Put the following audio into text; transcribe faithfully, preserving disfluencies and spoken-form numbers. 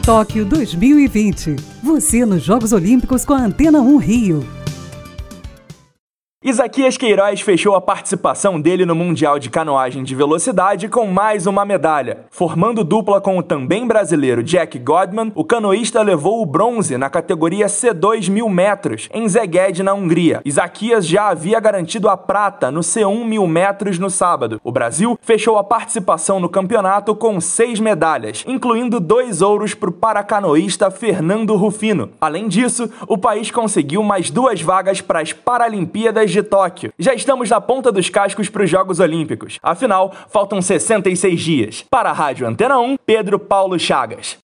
Tóquio dois mil e vinte. Você nos Jogos Olímpicos com a Antena um Rio. Isaquias Queiroz fechou a participação dele no Mundial de Canoagem de Velocidade com mais uma medalha. Formando dupla com o também brasileiro Jack Godman, o canoísta levou o bronze na categoria C dois mil metros, em Szeged, na Hungria. Isaquias já havia garantido a prata no C um mil metros no sábado. O Brasil fechou a participação no campeonato com seis medalhas, incluindo dois ouros para o paracanoísta Fernando Rufino. Além disso, o país conseguiu mais duas vagas para as Paralimpíadas de Tóquio. Já estamos na ponta dos cascos para os Jogos Olímpicos. Afinal, faltam sessenta e seis dias. Para a Rádio Antena um, Pedro Paulo Chagas.